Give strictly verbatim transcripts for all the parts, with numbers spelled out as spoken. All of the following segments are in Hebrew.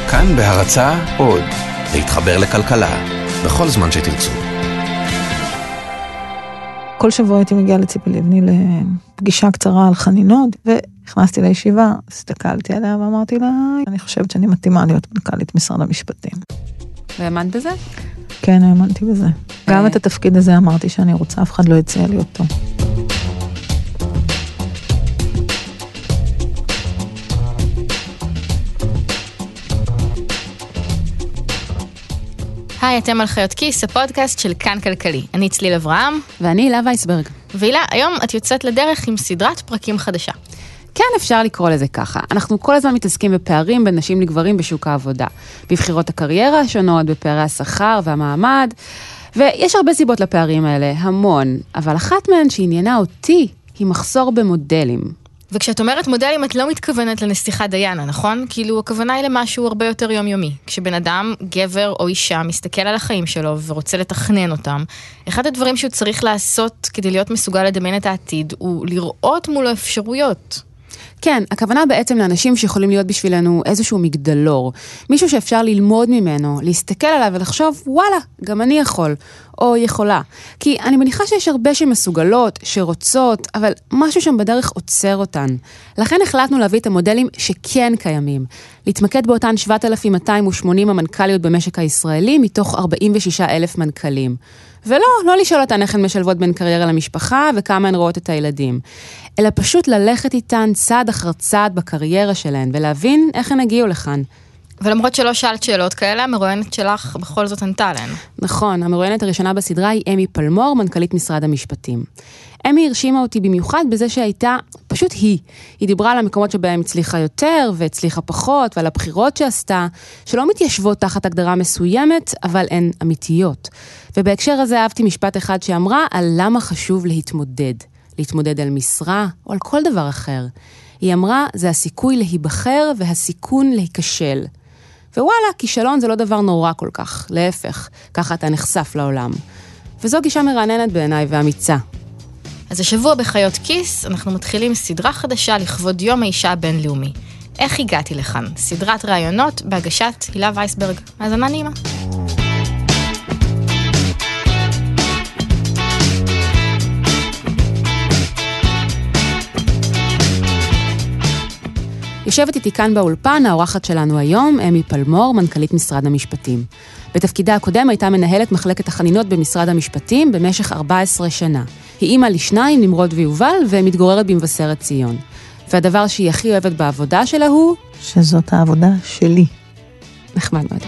כאן בהרצאה עוד, להתחבר לכלכלה, בכל זמן שתרצו. כל שבוע הייתי מגיעה לציפי לבני לפגישה קצרה על חנינות, והכנסתי לישיבה, הסתכלתי עליה ואמרתי לה, אני חושבת שאני מתאימה להיות מנכ"לית משרד המשפטים. והאמנת בזה? כן, האמנתי בזה. גם את התפקיד הזה אמרתי שאני רוצה, אף אחד לא יציע לי אותו. היי, אתם על חיות כיס, הפודקאסט של כאן כלכלי. אני צליל אברהם. ואני הילה וייסברג. והילה, היום את יוצאת לדרך עם סדרת פרקים חדשה. כן, אפשר לקרוא לזה ככה. אנחנו כל הזמן מתעסקים בפערים בין נשים לגברים בשוק העבודה. בבחירות הקריירה השונות, בפערי השכר והמעמד. ויש הרבה סיבות לפערים האלה, המון. אבל אחת מהן שעניינה אותי היא מחסור במודלים. וכשאת אומרת מודלים, את לא מתכוונת לנסיכה דיינה, נכון? כאילו, הכוונה היא למשהו הרבה יותר יומיומי. כשבן אדם, גבר או אישה, מסתכל על החיים שלו ורוצה לתכנן אותם, אחד הדברים שהוא צריך לעשות כדי להיות מסוגל לדמיין את העתיד, הוא לראות מולו אפשרויות. כן, הכוונה בעצם לאנשים שיכולים להיות בשבילנו איזשהו מגדלור. מישהו שאפשר ללמוד ממנו, להסתכל עליו ולחשוב, וואלה, גם אני יכול, או יכולה. כי אני מניחה שיש הרבה שמסוגלות, שרוצות, אבל משהו שם בדרך עוצר אותן. לכן החלטנו להביא את המודלים שכן קיימים. להתמקד באותן שבעת אלפים מאתיים ושמונים המנכ"ליות במשק הישראלי, מתוך ארבעים ושישה אלף מנכ"לים. ולא, לא לשאול אותן איך הן משלבות בין קריירה למשפחה וכמה הן רואות את הילדים. אלא פשוט ללכת איתן צעד אחר צעד בקריירה שלהן, ולהבין איך הן הגיעו לכאן. ולמרות שלא שאלת שאלות כאלה, המרואיינת שלך בכל זאת ענתה להן. נכון, המרואיינת הראשונה בסדרה היא אמי פלמור, מנכ"לית משרד המשפטים. אמי הרשימה אותי במיוחד בזה שהייתה, פשוט היא. היא דיברה על המקומות שבהם הצליחה יותר והצליחה פחות, ועל הבחירות שעשתה, שלא מתיישבות תחת הגדרה מסוימת, אבל הן אמיתיות. ובהקשר הזה אהבתי משפט אחד שאמרה על למה חשוב להתמודד. להתמודד על משרה או על כל דבר אחר. היא אמרה, זה הסיכוי להיבחר והסיכון להיכשל. ווואלה, כישלון זה לא דבר נורא כל כך, להפך, ככה אתה נחשף לעולם. וזו גישה מרעננת בעיניי ואמיצה. אז השבוע בחיות כיס אנחנו מתחילים סדרה חדשה לכבוד יום האישה הבינלאומי. איך הגעתי לכאן? סדרת רעיונות בהגשת הילה וייסברג. האזנה נעימה. יושבת איתי כאן באולפן, האורחת שלנו היום, אמי פלמור, מנכ"לית משרד המשפטים. בתפקידה הקודם הייתה מנהלת מחלקת החנינות במשרד המשפטים במשך ארבע עשרה שנה. היא אימא לשניים, נמרוד ויובל, ומתגוררת במבשרת ציון. והדבר שהיא הכי אוהבת בעבודה שלה הוא... שזאת העבודה שלי. נחמד מאוד.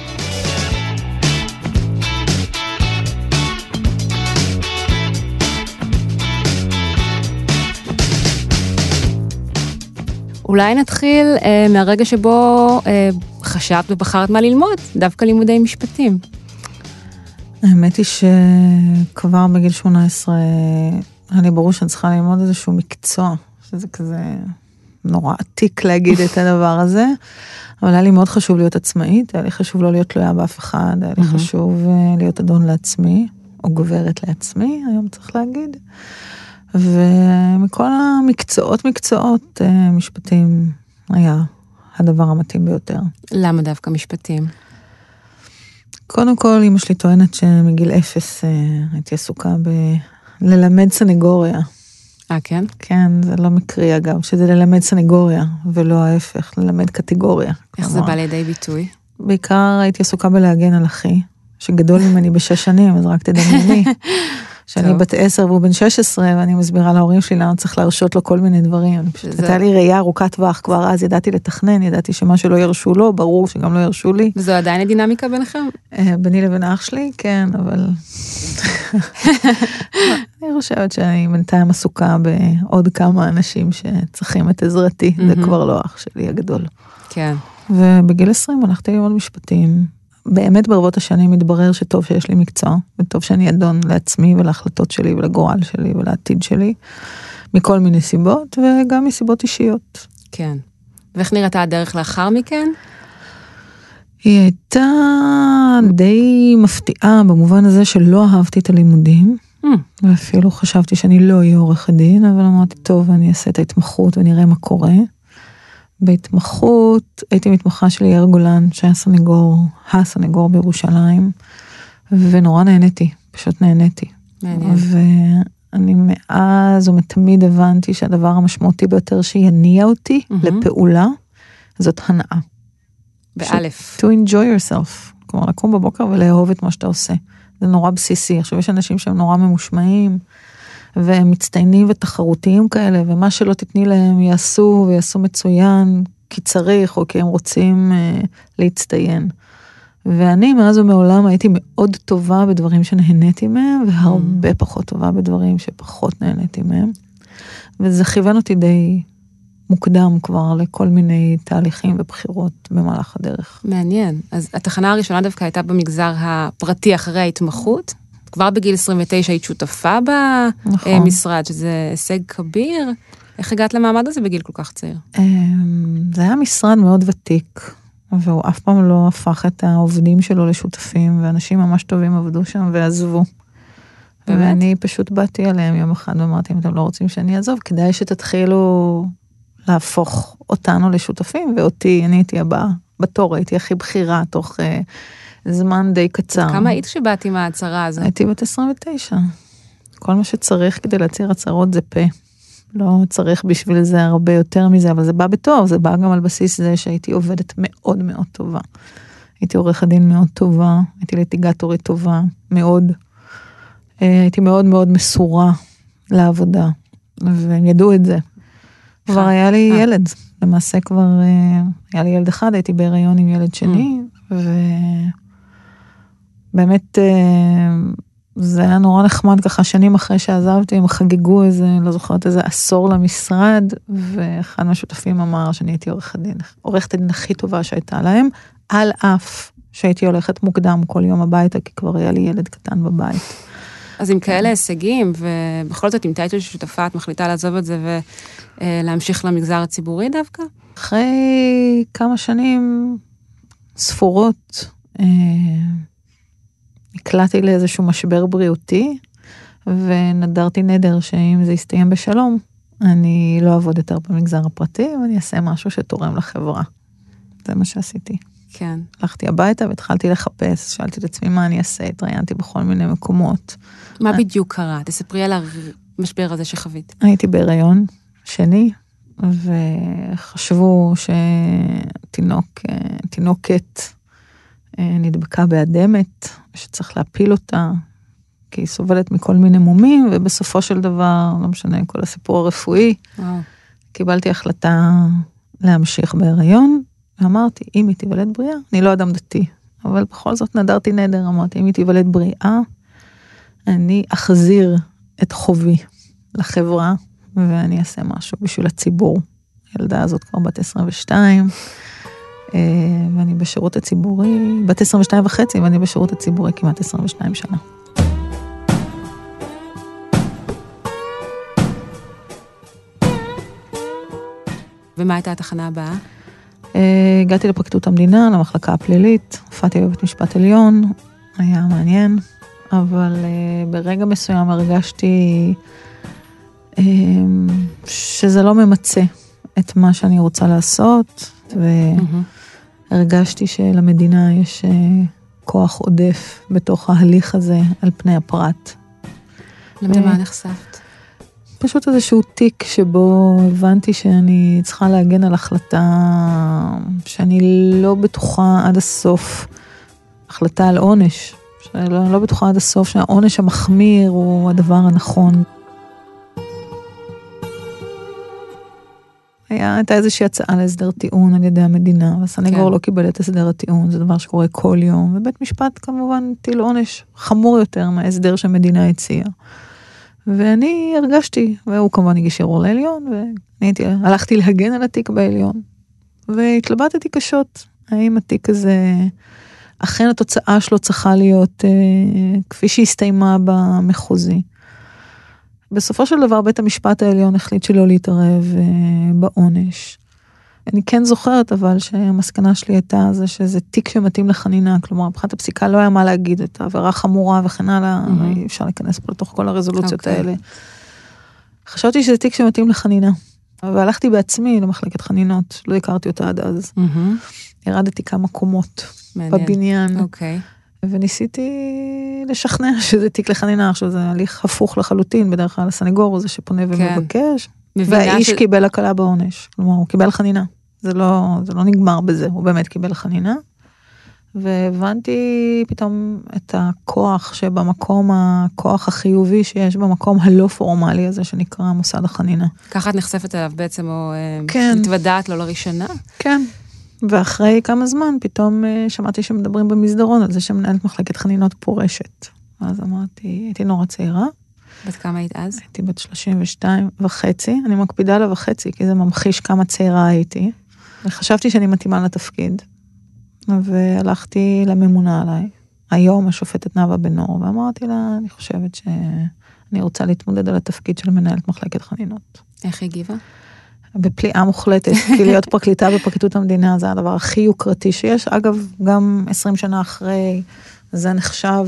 אולי נתחיל אה, מהרגע שבו אה, חשבת ובחרת מה ללמוד, דווקא לימודי משפטים. האמת היא שכבר בגיל שמונה עשרה, אני ברור שאני צריכה ללמוד איזשהו מקצוע, שזה כזה נורא עתיק להגיד את הדבר הזה, אבל היה לי מאוד חשוב להיות עצמאית, היה לי חשוב לא להיות תלויה באף אחד, היה לי חשוב להיות אדון לעצמי, או גוברת לעצמי, היום צריך להגיד. ומכל המקצועות, מקצועות, משפטים היה הדבר המתאים ביותר. למה דווקא משפטים? קודם כל, אמא שלי טוענת שמגיל אפס הייתי עסוקה בללמד סנגוריה. אה, כן? כן, זה לא מקרי אגב, שזה ללמד סנגוריה, ולא ההפך, ללמד קטגוריה. איך זה בא לידי ביטוי? בעיקר הייתי עסוקה בלהגן על אחי, שגדול ממני בשש שנים, אז רק תדמייני. שאני בת עשר והוא בן שש עשרה, ואני מסבירה להורים שלי למה צריך להרשות לו כל מיני דברים. אני פשוט, הייתה לי ראייה ארוכת טווח, כבר אז ידעתי לתכנן, ידעתי שמה שלא ירשו לו, ברור שגם לא ירשו לי. וזו עדיין הדינמיקה ביניכם? ביני לבין אח שלי, כן, אבל... אני חושבת שאני בינתיים עסוקה בעוד כמה אנשים שצריכים את עזרתי, זה כבר לא אח שלי הגדול. כן. ובגיל עשרים הלכתי ללמוד משפטים, באמת ברבות השנים מתברר שטוב שיש לי מקצוע, וטוב שאני אדון לעצמי ולהחלטות שלי ולגורל שלי ולעתיד שלי, מכל מיני סיבות, וגם מסיבות אישיות. כן. ואיך נראתה הדרך לאחר מכן? היא הייתה די מפתיעה, במובן הזה שלא אהבתי את הלימודים, mm. ואפילו חשבתי שאני לא אהיה עורך הדין, אבל אמרתי, טוב, אני אעשה את ההתמחות ונראה מה קורה. בהתמחות הייתי מתמחה של יאיר גולן, שהיה סנגור, הסנגור בירושלים, ונורא נהניתי, פשוט נהניתי. מעניין. ואני מאז ומתמיד הבנתי שהדבר המשמעותי ביותר שיניע אותי mm-hmm. לפעולה, זאת הנאה. באלף. To enjoy yourself. כלומר, לקום בבוקר ולאהוב את מה שאתה עושה. זה נורא בסיסי. עכשיו, יש אנשים שהם נורא ממושמעים, והם מצטיינים ותחרותיים כאלה, ומה שלא תתני להם יעשו, ויעשו מצוין, כי צריך, או כי הם רוצים uh, להצטיין. ואני מאז ומעולם הייתי מאוד טובה בדברים שנהניתי מהם, והרבה פחות טובה בדברים שפחות נהניתי מהם. וזה כיוון אותי די מוקדם כבר לכל מיני תהליכים ובחירות במהלך הדרך. מעניין. אז התחנה הראשונה דווקא הייתה במגזר הפרטי אחרי ההתמחות. כבר בגיל עשרים ותשע היית שותפה במשרד, שזה הישג כביר. איך הגעת למעמד הזה בגיל כל כך צעיר? זה היה משרד מאוד ותיק, והוא אף פעם לא הפך את העובדים שלו לשותפים, ואנשים ממש טובים עבדו שם ועזבו. באמת? ואני פשוט באתי עליהם יום אחד, ואמרתי, אם אתם לא רוצים שאני אעזוב, כדאי שתתחילו להפוך אותנו לשותפים, ואותי, אני הייתי הבאה בתור, הייתי הכי בכירה, תוך uh, זמן די קצר. כמה היית שבאתי מההצהרה הזאת? הייתי בת עשרים ותשע. כל מה שצריך כדי להצהיר הצהרות זה פה. לא צריך בשביל זה הרבה יותר מזה, אבל זה בא בטוב, זה בא גם על בסיס זה שהייתי עובדת מאוד מאוד טובה. הייתי עורך הדין מאוד טובה, הייתי ליטיגטורית טובה, מאוד. הייתי מאוד מאוד מסורה לעבודה, והם ידעו את זה. כבר היה לי ילד, למעשה כבר היה לי ילד אחד, הייתי בהיריון עם ילד שני, ובאמת זה היה נורא נחמד ככה, שנים אחרי שעזבתי, הם חגגו איזה, לא זוכרת איזה עשור למשרד, ואחד מהשותפים אמר שאני הייתי עורך הדין, עורכת הדין הכי טובה שהייתה להם, על אף שהייתי הולכת מוקדם כל יום הביתה, כי כבר היה לי ילד קטן בבית. אז עם כאלה הישגים, ובכל זאת עם טייטל ששותפה, את מחליטה לעזוב את זה ולהמשיך למגזר הציבורי דווקא? אחרי כמה שנים ספורות, נקלעתי לאיזשהו משבר בריאותי, ונדרתי נדר שאם זה יסתיים בשלום, אני לא אעבוד יותר במגזר הפרטי, ואני אעשה משהו שתורם לחברה. זה מה שעשיתי. כן. הלכתי הביתה והתחלתי לחפש, שאלתי את עצמי מה אני אעשה, התראיינתי בכל מיני מקומות. מה בדיוק קרה? תספרי על המשבר הזה שחווית. הייתי בהיריון שני, וחשבו שתינוק, תינוקת נדבקה באדמת, שצריך להפיל אותה, כי היא סובלת מכל מיני מומים, ובסופו של דבר, לא משנה, כל הסיפור הרפואי, וואו. קיבלתי החלטה להמשיך בהיריון, ואמרתי, אם היא תיוולד בריאה, אני לא אדם דתי, אבל בכל זאת נדרתי נדר, אמרתי, אם היא תיוולד בריאה, אני אחזיר את חובי לחברה, ואני אעשה משהו בשביל הציבור. הילדה הזאת כבר בת עשרים ושתיים, ואני בשירות הציבורי, בת עשרים ושתיים וחצי, ואני בשירות הציבורי כמעט עשרים ושתיים שנה. ומה הייתה התחנה הבאה? הגעתי לפרקליטות המדינה, למחלקה הפלילית, הופעתי בבית משפט עליון, היה מעניין, אבל ברגע מסוים הרגשתי שזה לא ממצה את מה שאני רוצה לעשות, והרגשתי שלמדינה יש כוח עודף בתוך ההליך הזה על פני הפרט. למה נחשפת? פשוט איזשהו תיק שבו הבנתי שאני צריכה להגן על החלטה שאני לא בטוחה עד הסוף, החלטה על עונש, שאני לא, לא בטוחה עד הסוף שהעונש המחמיר הוא הדבר הנכון. היה, הייתה איזושהי הצעה להסדר טיעון על ידי המדינה, והסנגור כן. לא קיבל את הסדר הטיעון, זה דבר שקורה כל יום, ובית משפט כמובן טיל עונש חמור יותר מההסדר שהמדינה הציעה. ואני הרגשתי, והוא כמובן הגיש ערעור לעליון, ואני הייתי, הלכתי להגן על התיק בעליון, והתלבטתי קשות, האם התיק הזה, אכן התוצאה שלו צריכה להיות אה, כפי שהסתיימה במחוזי. בסופו של דבר בית המשפט העליון החליט שלא להתערב אה, בעונש. אני כן זוכרת אבל שהמסקנה שלי הייתה זה שזה תיק שמתאים לחנינה, כלומר, מבחינת הפסיקה לא היה מה להגיד, את העבירה חמורה וכן הלאה, mm-hmm. אפשר להיכנס פה לתוך כל הרזולוציות okay. האלה. חשבתי שזה תיק שמתאים לחנינה, והלכתי בעצמי למחלקת חנינות, לא הכרתי אותה עד אז. ירדתי כמה קומות בבניין. אוקיי. וניסיתי לשכנע שזה תיק לחנינה, עכשיו זה הליך הפוך לחלוטין, בדרך כלל הסנגור הוא זה שפונה ומבקש, והאיש קיבל הקלה בעונש, כלומר הוא קיבל חנינה, זה לא, זה לא נגמר בזה, הוא באמת קיבל חנינה, והבנתי פתאום את הכוח שבמקום, הכוח החיובי שיש במקום הלא פורמלי הזה שנקרא מוסד החנינה. ככה את נחשפת אליו בעצם, או כן. מתוודעת לו לראשונה? כן. ואחרי כמה זמן פתאום שמעתי שמדברים במסדרון על זה שמנהלת מחלקת חנינות פורשת. אז אמרתי, הייתי נורא צעירה. בת כמה היית אז? הייתי בת שלושים ושתיים וחצי, אני מקפידה לה וחצי, כי זה ממחיש כמה צעירה הייתי. וחשבתי שאני מתאימה לתפקיד. והלכתי לממונה עליי, היום השופטת נאווה בן אור, ואמרתי לה, אני חושבת שאני רוצה להתמודד על התפקיד של מנהלת מחלקת חנינות. איך היא הגיבה? בפליאה מוחלטת, כי להיות פרקליטה בפרקליטות המדינה, זה הדבר הכי יוקרתי שיש. אגב, גם עשרים שנה אחרי, זה נחשב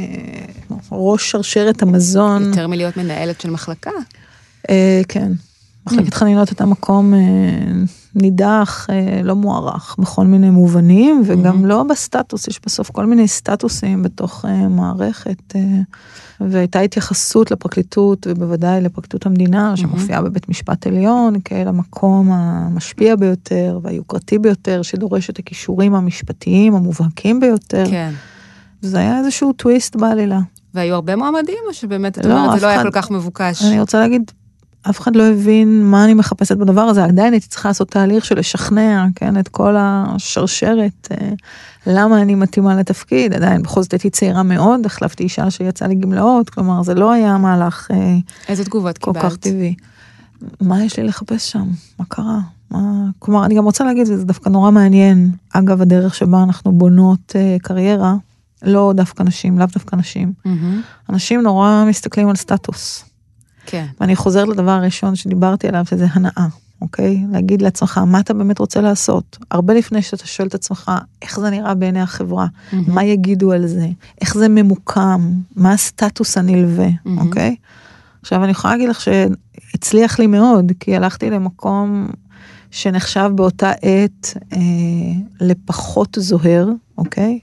לראש שרשרת המזון. יותר מלהיות מנהלת של מחלקה? כן. מחלקת חנינות הייתה מקום נידח, לא מוערך, בכל מיני מובנים, וגם לא בסטטוס, יש בסוף כל מיני סטטוסים בתוך מערכת, והייתה התייחסות לפרקליטות, ובוודאי לפרקליטות המדינה, שמופיעה בבית משפט עליון, כאל המקום המשפיע ביותר, והיוקרתי ביותר, שדורש את הכישורים המשפטיים, המובהקים ביותר. כן. זה היה איזשהו טוויסט בעלילה. והיו הרבה מועמדים, או שבאמת, את אומרת, זה לא היה כל כך מבוקש? אני רוצה להגיד, אף אחד לא הבין מה אני מחפשת בדבר הזה, עדיין הייתי צריכה לעשות תהליך של לשכנע, כן, את כל השרשרת, למה אני מתאימה לתפקיד, עדיין בכל זאת הייתי צעירה מאוד, החלפתי אישה שיצאה לי גמלאות, כלומר זה לא היה מהלך איזה תגובות כל קיבלת? כך טבעי. מה יש לי לחפש שם? מה קרה? מה... כלומר, אני גם רוצה להגיד, זה דווקא נורא מעניין, אגב הדרך שבה אנחנו בונות קריירה, לא דווקא נשים, לאו דווקא נשים. אנשים נורא מסתכלים על סטטוס. כן. ואני חוזרת לדבר הראשון שדיברתי עליו, שזה הנאה, אוקיי? להגיד לעצמך, מה אתה באמת רוצה לעשות? הרבה לפני שאתה שואל את עצמך, איך זה נראה בעיני החברה? Mm-hmm. מה יגידו על זה? איך זה ממוקם? מה הסטטוס הנלווה, mm-hmm. אוקיי? עכשיו אני יכולה להגיד לך שהצליח לי מאוד, כי הלכתי למקום שנחשב באותה עת אה, לפחות זוהר, אוקיי?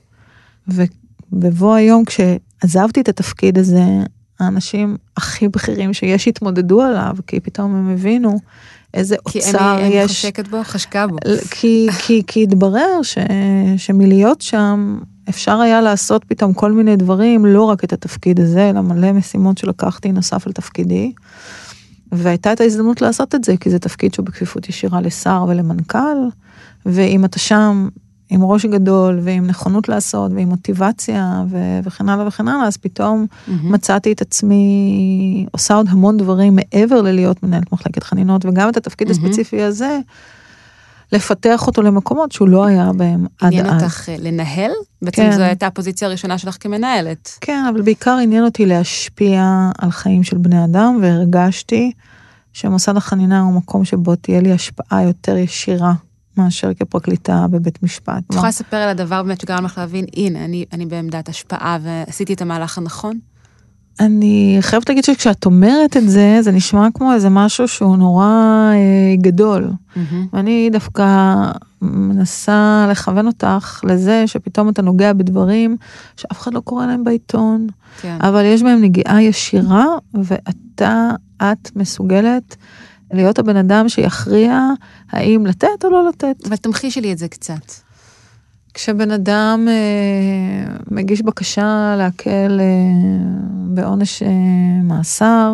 ובבוא היום כשעזבתי את התפקיד הזה, האנשים הכי בכירים שיש התמודדו עליו, כי פתאום הם הבינו איזה אוצר יש. כי אמי חושקת בו, חשקה בו. כי, כי, כי התברר ש, שמלהיות שם, אפשר היה לעשות פתאום כל מיני דברים, לא רק את התפקיד הזה, אלא מלא משימות שלקחתי נוסף על תפקידי, והייתה את ההזדמנות לעשות את זה, כי זה תפקיד שהוא בכפיפות ישירה לשר ולמנכ"ל, ואם אתה שם עם ראש גדול, ועם נכונות לעשות, ועם מוטיבציה, ו- וכן הלאה וכן הלאה, אז פתאום mm-hmm. מצאתי את עצמי, עושה עוד המון דברים מעבר ללהיות מנהלת מחלקת חנינות, וגם את התפקיד mm-hmm. הספציפי הזה, לפתח אותו למקומות שהוא לא היה בהם עד אז. עניין אותך לנהל? בעצם כן. זו הייתה הפוזיציה הראשונה שלך כמנהלת. כן, אבל בעיקר עניין אותי להשפיע על חיים של בני אדם, והרגשתי שמוסד החנינה הוא מקום שבו תהיה לי השפעה יותר ישירה, מאשר כפרקליטה בבית משפט. את יכולה לספר על הדבר באמת שגרם לך להבין, הנה, אני, אני בעמדת השפעה ועשיתי את המהלך הנכון? אני חייבת להגיד שכשאת אומרת את זה, זה נשמע כמו איזה משהו שהוא נורא אה, גדול. Mm-hmm. ואני דווקא מנסה לכוון אותך לזה שפתאום אתה נוגע בדברים שאף אחד לא קורא להם בעיתון, כן. אבל יש בהם נגיעה ישירה, ואתה, את מסוגלת להיות הבן אדם שיכריע האם לתת או לא לתת. אבל תמחישי לי את זה קצת. כשבן אדם אה, מגיש בקשה להקל אה, בעונש אה, מאסר,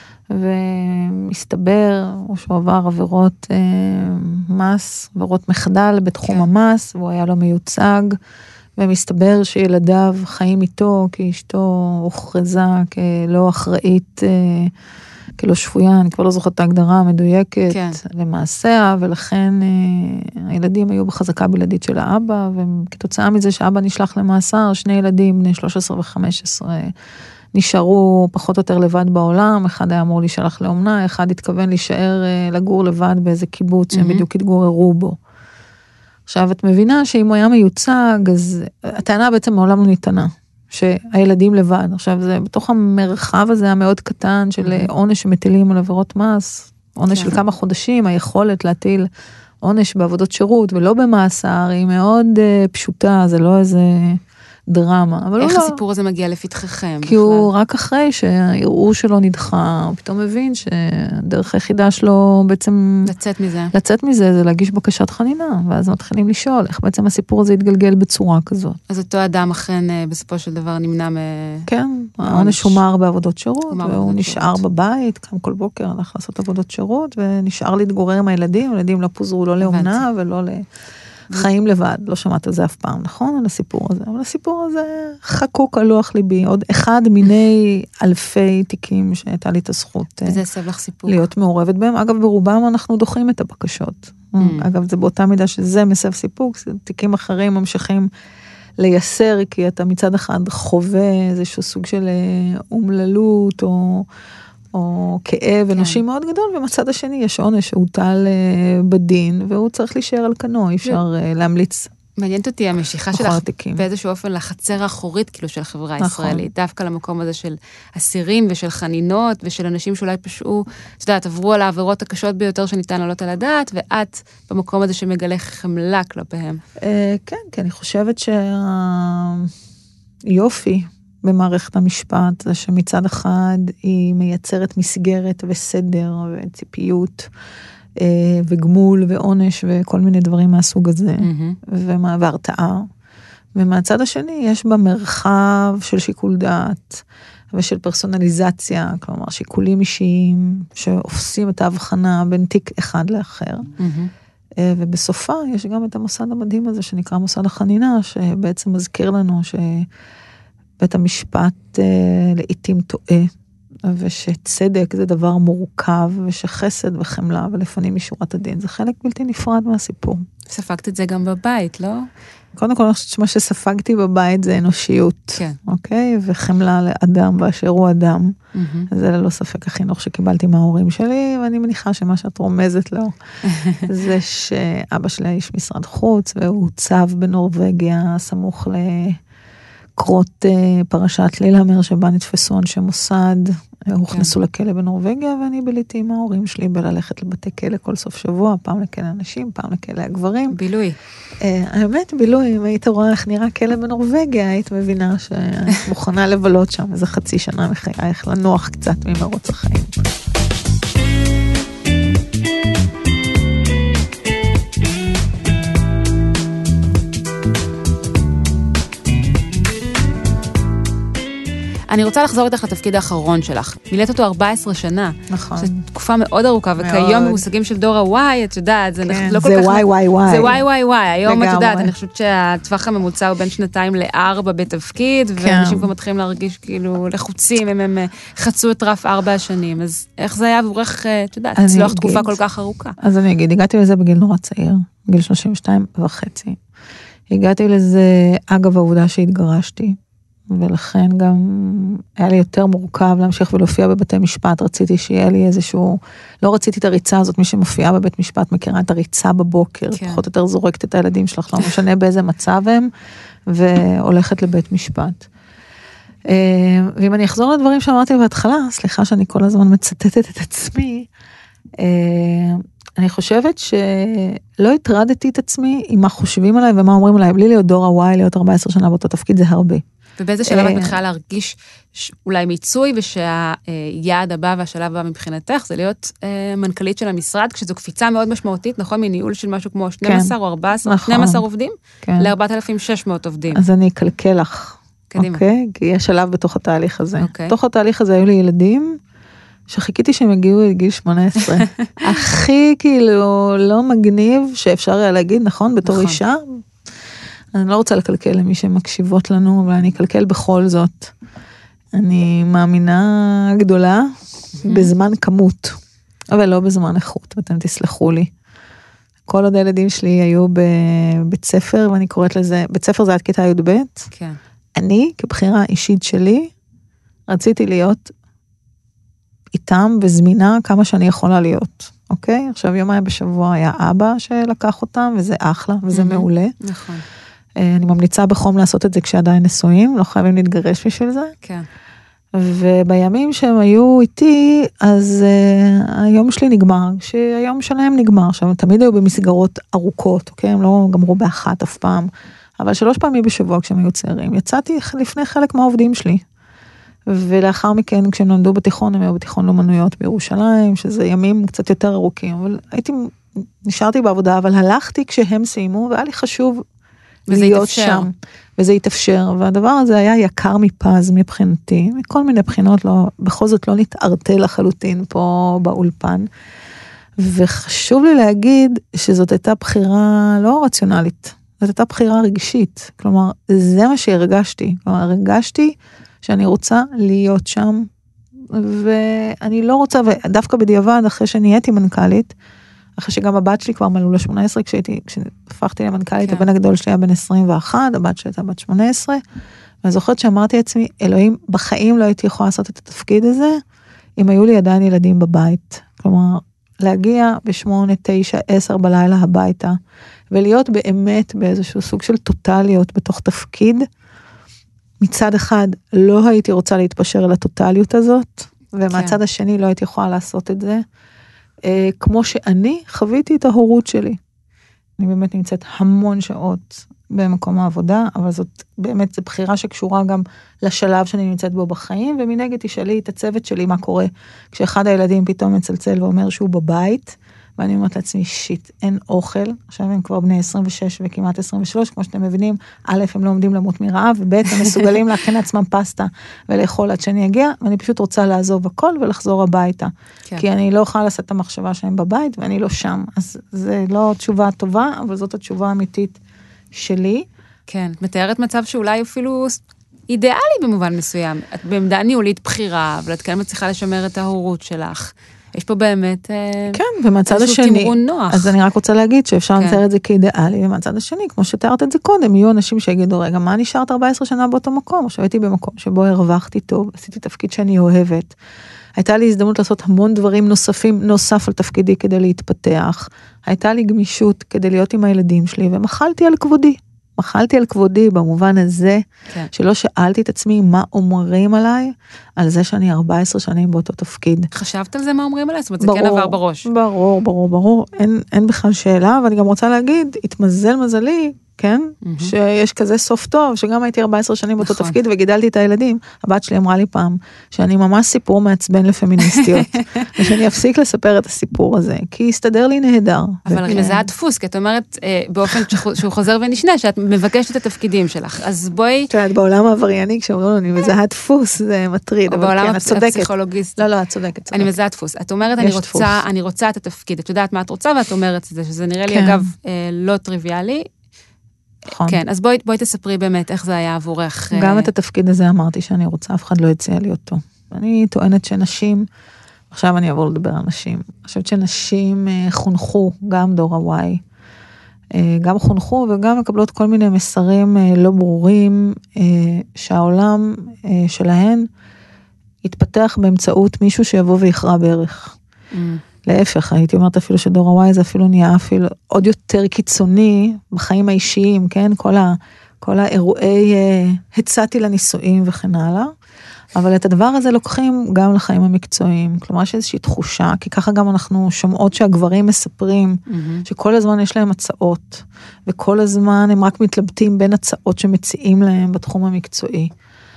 ומסתבר, או שהוא עבר עבירות אה, מס, עבירות מחדל בתחום כן. המס, והוא היה לא מיוצג, ומסתבר שילדיו חיים איתו, כי אשתו הוכרזה כלא אחראית, אה, כלא שפויה, אני כבר לא זוכרת את ההגדרה המדויקת כן. למעשיה, ולכן אה, הילדים היו בחזקה בלעדית של האבא, וכתוצאה מזה שאבא נשלח למאסר, שני ילדים, בני שלוש עשרה וחמש עשרה, נשארו פחות או יותר לבד בעולם, אחד היה אמור להישלח לאומנה, אחד התכוון להישאר אה, לגור לבד באיזה קיבוץ, mm-hmm. שהם בדיוק התגוררו בו. עכשיו, את מבינה שאם הוא היה מיוצג, אז הטענה בעצם מעולם לא ניתנה. שהילדים לבד, עכשיו זה בתוך המרחב הזה המאוד קטן של עונש שמטילים על עבירות מס, עונש של כמה חודשים, היכולת להטיל עונש בעבודות שירות ולא במאסר, היא מאוד uh, פשוטה, זה לא איזה דרמה. אבל איך לא, הסיפור הזה מגיע לפתחכם? כי בכלל? הוא רק אחרי שהערעור שלו נדחה, הוא פתאום מבין שדרך היחידה שלו בעצם... לצאת מזה. לצאת מזה זה להגיש בקשת חנינה, ואז מתחילים לשאול איך בעצם הסיפור הזה יתגלגל בצורה כזאת. אז אותו אדם אכן בסופו של דבר נמנע מ... כן, העונש הומר בעבודות שירות, והוא נשאר שירות. בבית, קם כל בוקר, הלך לעשות עבודות שירות, ונשאר להתגורר עם הילדים, הילדים לא פוזרו לא לאומנה ולא לחיים לבד, לא שמעת על זה אף פעם, נכון? על הסיפור הזה, אבל הסיפור הזה חקוק על לוח ליבי, עוד אחד מיני אלפי תיקים שהייתה לי את הזכות וזה הסב לך סיפור. להיות מעורבת בהם, אגב ברובם אנחנו דוחים את הבקשות, mm. אגב זה באותה מידה שזה מסב סיפוק, תיקים אחרים ממשיכים לייסר, כי אתה מצד אחד חווה איזשהו סוג של אומללות, או, או כאב אנושי כן. מאוד גדול, ומצד השני יש עונש שהוטל בדין, והוא צריך להישאר על כנו, אי אפשר להמליץ. מעניינת אותי המשיכה שלך באיזשהו אופן לחצר האחורית, כאילו של החברה הישראלית, דווקא למקום הזה של אסירים ושל חנינות, ושל אנשים שאולי פשעו, את יודעת, עברו על העבירות הקשות ביותר שניתן לעלות על הדעת, ואת במקום הזה שמגלה חמלה כלפיהם. כן, כי אני חושבת שהיופי במערכת המשפט, זה שמצד אחד היא מייצרת מסגרת וסדר וציפיות, וגמול ועונש וכל מיני דברים מהסוג הזה, והרתעה. ומהצד השני יש בה מרחב של שיקול דעת, ושל פרסונליזציה, כלומר שיקולים אישיים, שעושים את ההבחנה בין תיק אחד לאחר. ובסופה יש גם את המוסד המדהים הזה, שנקרא מוסד החנינה, שבעצם מזכיר לנו שבית המשפט לעתים טועה, ושצדק זה דבר מורכב, ושחסד וחמלה, ולפנים משורת הדין, זה חלק בלתי נפרד מהסיפור. ספגת את זה גם בבית, לא? קודם כל, מה שספגתי בבית זה אנושיות, כן. אוקיי? וחמלה לאדם באשר הוא אדם. Mm-hmm. זה ללא ספק החינוך שקיבלתי מההורים שלי, ואני מניחה שמה שאת רומזת לו, זה שאבא שלי איש משרד חוץ, והוא צב בנורווגיה, סמוך ל... קרות פרשת לילהמר שבה נתפסו אנשי מוסד, הוכנסו לכלא בנורווגיה, ואני ביליתי עם ההורים שלי בללכת לבתי כלא כל סוף שבוע, פעם לכלא אנשים, פעם לכלא הגברים. בילוי. האמת, בילוי, אם היית רואה איך נראה כלא בנורווגיה, היית מבינה שאת מוכנה לבלות שם איזה חצי שנה מחייך, לנוח קצת ממרוץ החיים. אני רוצה לחזור איתך לתפקיד האחרון שלך. מילאת אותו ארבע עשרה שנה. נכון. זו תקופה מאוד ארוכה, וכיום במושגים של דור הוואי, את יודעת, זה לא כל כך... זה וואי וואי וואי. זה וואי וואי וואי. היום את יודעת, אני חושבת שהטווח הממוצע הוא בין שנתיים לארבע בתפקיד, ואנשים כבר מתחילים להרגיש כאילו לחוצים, אם הם חצו את רף ארבע השנים. אז איך זה היה עבורך, את יודעת, לצלוח תקופה כל כך ארוכה? אז אני אגיד, הגעתי לזה בגיל נורא צעיר, בגיל שלושים ושתיים וחצי. הגעתי לזה, אגב, העובדה שהתגרשתי. ולכן גם היה לי יותר מורכב להמשיך ולהופיע בבתי משפט, רציתי שיהיה לי איזשהו, לא רציתי את הריצה הזאת, מי שמופיעה בבית משפט מכירה את הריצה בבוקר, כן. פחות או יותר זורקת את הילדים שלך, לא משנה באיזה מצב הם, והולכת לבית משפט. ואם אני אחזור לדברים שאמרתי בהתחלה, סליחה שאני כל הזמן מצטטת את עצמי, אני חושבת שלא התרדתי את עצמי עם מה חושבים עליי ומה אומרים עליי, בלי להיות דור הוואי, להיות ארבע עשרה שנה באותו תפקיד, זה הרבה. ובאיזה שלב את מתחילה להרגיש אולי מיצוי, ושהיעד הבא והשלב הבא מבחינתך, זה להיות מנכ"לית של המשרד, כשזו קפיצה מאוד משמעותית, נכון? מניהול של משהו כמו שנים עשר או ארבע עשרה, שנים עשר עובדים, ל-ארבעת אלפים ושש מאות עובדים. אז אני אקלקל לך. קדימה. אוקיי? כי יש שלב בתוך התהליך הזה. בתוך התהליך הזה היו לי ילדים, שחיכיתי שהם הגיעו לגיל שמונה עשרה. הכי כאילו לא מגניב שאפשר היה להגיד, נכון? בתור אישה. אני לא רוצה לקלקל למי שמקשיבות לנו, אבל אני אקלקל בכל זאת. אני מאמינה גדולה בזמן כמות, אבל לא בזמן איכות, ואתם תסלחו לי. כל עוד הילדים שלי היו בבית ספר, ואני קוראת לזה, בית ספר זה עד כיתה י"ב. כן. אני, כבחירה אישית שלי, רציתי להיות איתם וזמינה כמה שאני יכולה להיות. אוקיי? עכשיו יומיים בשבוע היה אבא שלקח אותם, וזה אחלה, וזה מעולה. נכון. אני ממליצה בחום לעשות את זה כשעדיין נשואים, לא חייבים להתגרש בשביל זה. כן. ובימים שהם היו איתי, אז uh, היום שלי נגמר, שהיום שלהם נגמר, עכשיו הם תמיד היו במסגרות ארוכות, אוקיי? הם לא גמרו באחת אף פעם, אבל שלוש פעמים בשבוע כשהם היו צעירים, יצאתי לפני חלק מהעובדים שלי, ולאחר מכן כשהם למדו בתיכון, הם היו בתיכון לאומנויות בירושלים, שזה ימים קצת יותר ארוכים, אבל הייתי, נשארתי בעבודה, אבל הלכתי כשהם סיימו, והיה לי חשוב להיות יתאפשר. שם, וזה יתאפשר, והדבר הזה היה יקר מפז מבחינתי, מכל מיני בחינות, לא, בכל זאת לא נתארטה לחלוטין פה באולפן, וחשוב לי להגיד שזאת הייתה בחירה לא רציונלית, זאת הייתה בחירה רגשית, כלומר, זה מה שהרגשתי, כלומר, הרגשתי שאני רוצה להיות שם, ואני לא רוצה, ודווקא בדיעבד, אחרי שנהייתי מנכ"לית, אחרי שגם הבת שלי כבר מלאו ל-שמונה עשרה, כשהייתי, כשהפכתי למנכ"לית, הבן הגדול שלי היה בן עשרים ואחת, הבת שלי הייתה בת שמונה עשרה, ואני זוכרת שאמרתי לעצמי, אלוהים, בחיים לא הייתי יכולה לעשות את התפקיד הזה, אם היו לי עדיין ילדים בבית. כלומר, להגיע בשמונה, תשע, עשר בלילה הביתה, ולהיות באמת באיזשהו סוג של טוטליות בתוך תפקיד, מצד אחד לא הייתי רוצה להתפשר על הטוטליות הזאת, ומהצד השני לא הייתי יכולה לעשות את זה, כמו שאני חוויתי את ההורות שלי. אני באמת נמצאת המון שעות במקום העבודה, אבל זאת באמת, זו בחירה שקשורה גם לשלב שאני נמצאת בו בחיים, ומנגד תשאלי את הצוות שלי מה קורה, כשאחד הילדים פתאום מצלצל ואומר שהוא בבית, ואני אומרת לעצמי, שיט, אין אוכל, עכשיו הם כבר בני עשרים ושש וכמעט עשרים ושלוש, כמו שאתם מבינים, א', הם לא עומדים למות מרעב, וב', הם מסוגלים להכין לעצמם פסטה, ולאכול עד שאני אגיע, ואני פשוט רוצה לעזוב הכל ולחזור הביתה, כן. כי אני לא יכולה לעשות את המחשבה שהם בבית, ואני לא שם, אז זה לא תשובה טובה, אבל זאת התשובה האמיתית שלי. כן, את מתארת מצב שאולי אפילו אידיאלי במובן מסוים, את בעמדה ניהולית בחירה, אבל את כן מצליחה לשמר את ההורות שלך, יש פה באמת כן, ומהצד השני, אז אני רק רוצה להגיד שאפשר לצייר את זה כאידיאלי, ומהצד השני, כמו שתיארת את זה קודם, יהיו אנשים שיגידו, רגע, מה נשארת ארבע עשרה שנה באותו מקום? עכשיו הייתי במקום שבו הרווחתי טוב, עשיתי תפקיד שאני אוהבת, הייתה לי הזדמנות לעשות המון דברים נוספים, נוסף על תפקידי כדי להתפתח, הייתה לי גמישות כדי להיות עם הילדים שלי, ומחלתי על כבודי. מחלתי על כבודי במובן הזה, כן. שלא שאלתי את עצמי מה אומרים עליי, על זה שאני ארבע עשרה שנים באותו תפקיד. חשבת על זה מה אומרים עליי? זאת אומרת, זה כן עבר בראש. ברור, ברור, ברור. אין, אין בכלל שאלה, ואני גם רוצה להגיד, התמזל מזלי, כן? Mm-hmm. שיש כזה סוף טוב, שגם הייתי ארבע עשרה שנים באותו נכון. תפקיד, וגידלתי את הילדים. הבת שלי אמרה לי פעם, שאני ממש סיפור מעצבן לפמיניסטיות, ושאני אפסיק לספר את הסיפור הזה, כי הסתדר לי נהדר. אבל וכן. זה הדפוס, כי את אומרת, באופן שהוא חוזר ונשנה, שאת מבקשת את התפקידים שלך, אז בואי... את יודעת, בעולם העברייני, כשאומרים אני מזהה דפוס, זה מטריד, אבל כן, את צודקת. הפסיכולוגיסט. לא, לא, את צודקת. אני מזהה דפוס. את אומרת, אני רוצה, אני רוצה את התפקיד. את יודעת מה את רוצה, ואת אומרת את זה, שזה נראה לי, אגב, לא טריוויאלי. נכון. כן, אז בואי, בואי תספרי באמת איך זה היה עבורך. גם את התפקיד הזה אמרתי שאני רוצה, אף אחד לא יציע לי אותו. אני טוענת שנשים, עכשיו אני אעבור לדבר על נשים, אני חושבת שנשים חונכו, גם דור ה-Y, גם חונכו וגם מקבלות כל מיני מסרים לא ברורים, שהעולם שלהן יתפתח באמצעות מישהו שיבוא ויכרע בערך. Mm. להפך, הייתי אומרת אפילו שדור ה-Y זה אפילו נהיה אפילו עוד יותר קיצוני בחיים האישיים, כן? כל, ה, כל האירועי הצעתי לנישואים וכן הלאה, אבל את הדבר הזה לוקחים גם לחיים המקצועיים, כלומר יש איזושהי תחושה, כי ככה גם אנחנו שומעות שהגברים מספרים, mm-hmm. שכל הזמן יש להם הצעות, וכל הזמן הם רק מתלבטים בין הצעות שמציעים להם בתחום המקצועי,